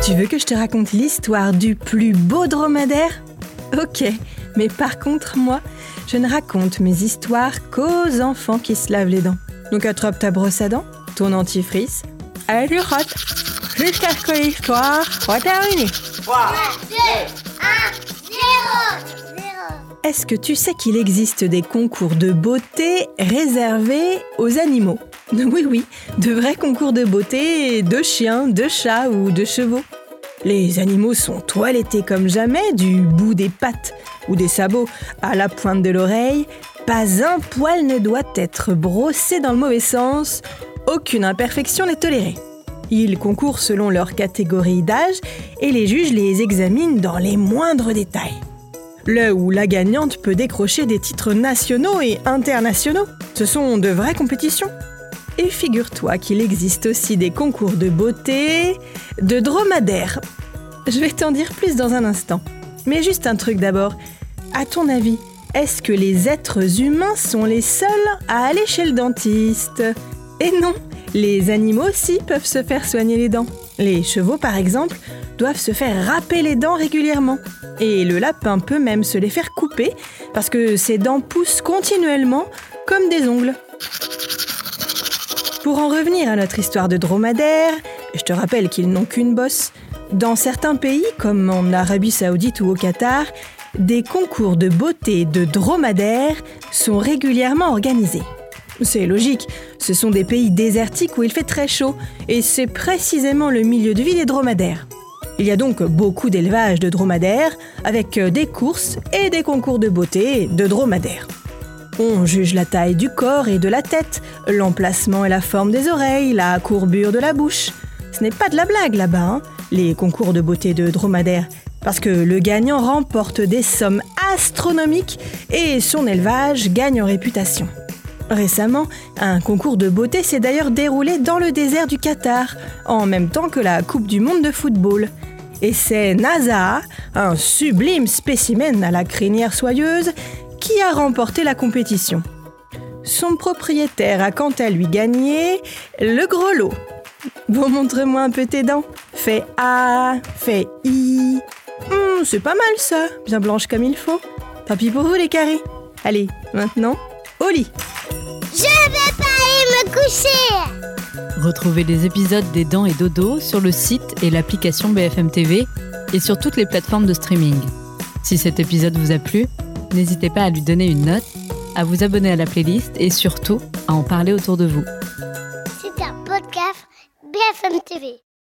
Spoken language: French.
Tu veux que je te raconte l'histoire du plus beau dromadaire ? Ok, mais par contre, moi, je ne raconte mes histoires qu'aux enfants qui se lavent les dents. Donc attrape ta brosse à dents, ton dentifrice, allez tu frottes, jusqu'à ce que l'histoire soit terminée. 3, 2, 1, 0. Est-ce que tu sais qu'il existe des concours de beauté réservés aux animaux ? Oui, de vrais concours de beauté de chiens, de chats ou de chevaux. Les animaux sont toilettés comme jamais, du bout des pattes ou des sabots à la pointe de l'oreille. Pas un poil ne doit être brossé dans le mauvais sens. Aucune imperfection n'est tolérée. Ils concourent selon leur catégorie d'âge et les juges les examinent dans les moindres détails. Le ou la gagnante peut décrocher des titres nationaux et internationaux. Ce sont de vraies compétitions. Et figure-toi qu'il existe aussi des concours de beauté de dromadaires. Je vais t'en dire plus dans un instant. Mais juste un truc d'abord. À ton avis, est-ce que les êtres humains sont les seuls à aller chez le dentiste ? Et non, les animaux aussi peuvent se faire soigner les dents. Les chevaux, par exemple, doivent se faire râper les dents régulièrement. Et le lapin peut même se les faire couper parce que ses dents poussent continuellement comme des ongles. Pour en revenir à notre histoire de dromadaire, je te rappelle qu'ils n'ont qu'une bosse. Dans certains pays, comme en Arabie Saoudite ou au Qatar, des concours de beauté de dromadaires sont régulièrement organisés. C'est logique, ce sont des pays désertiques où il fait très chaud, et c'est précisément le milieu de vie des dromadaires. Il y a donc beaucoup d'élevage de dromadaires, avec des courses et des concours de beauté de dromadaires. On juge la taille du corps et de la tête, l'emplacement et la forme des oreilles, la courbure de la bouche. Ce n'est pas de la blague là-bas, les concours de beauté de dromadaires, parce que le gagnant remporte des sommes astronomiques et son élevage gagne en réputation. Récemment, un concours de beauté s'est d'ailleurs déroulé dans le désert du Qatar, en même temps que la Coupe du monde de football. Et c'est Nazaha, un sublime spécimen à la crinière soyeuse, qui a remporté la compétition. Son propriétaire a quant à lui gagné le gros lot. Bon, montre-moi un peu tes dents. Fais A, fais I. C'est pas mal ça, bien blanche comme il faut. Tant pis pour vous les carrés. Allez, maintenant, au lit. Je vais pas aller me coucher. Retrouvez les épisodes des Dents et Dodo sur le site et l'application BFM TV et sur toutes les plateformes de streaming. Si cet épisode vous a plu, n'hésitez pas à lui donner une note, à vous abonner à la playlist et surtout à en parler autour de vous. C'est un podcast BFM TV.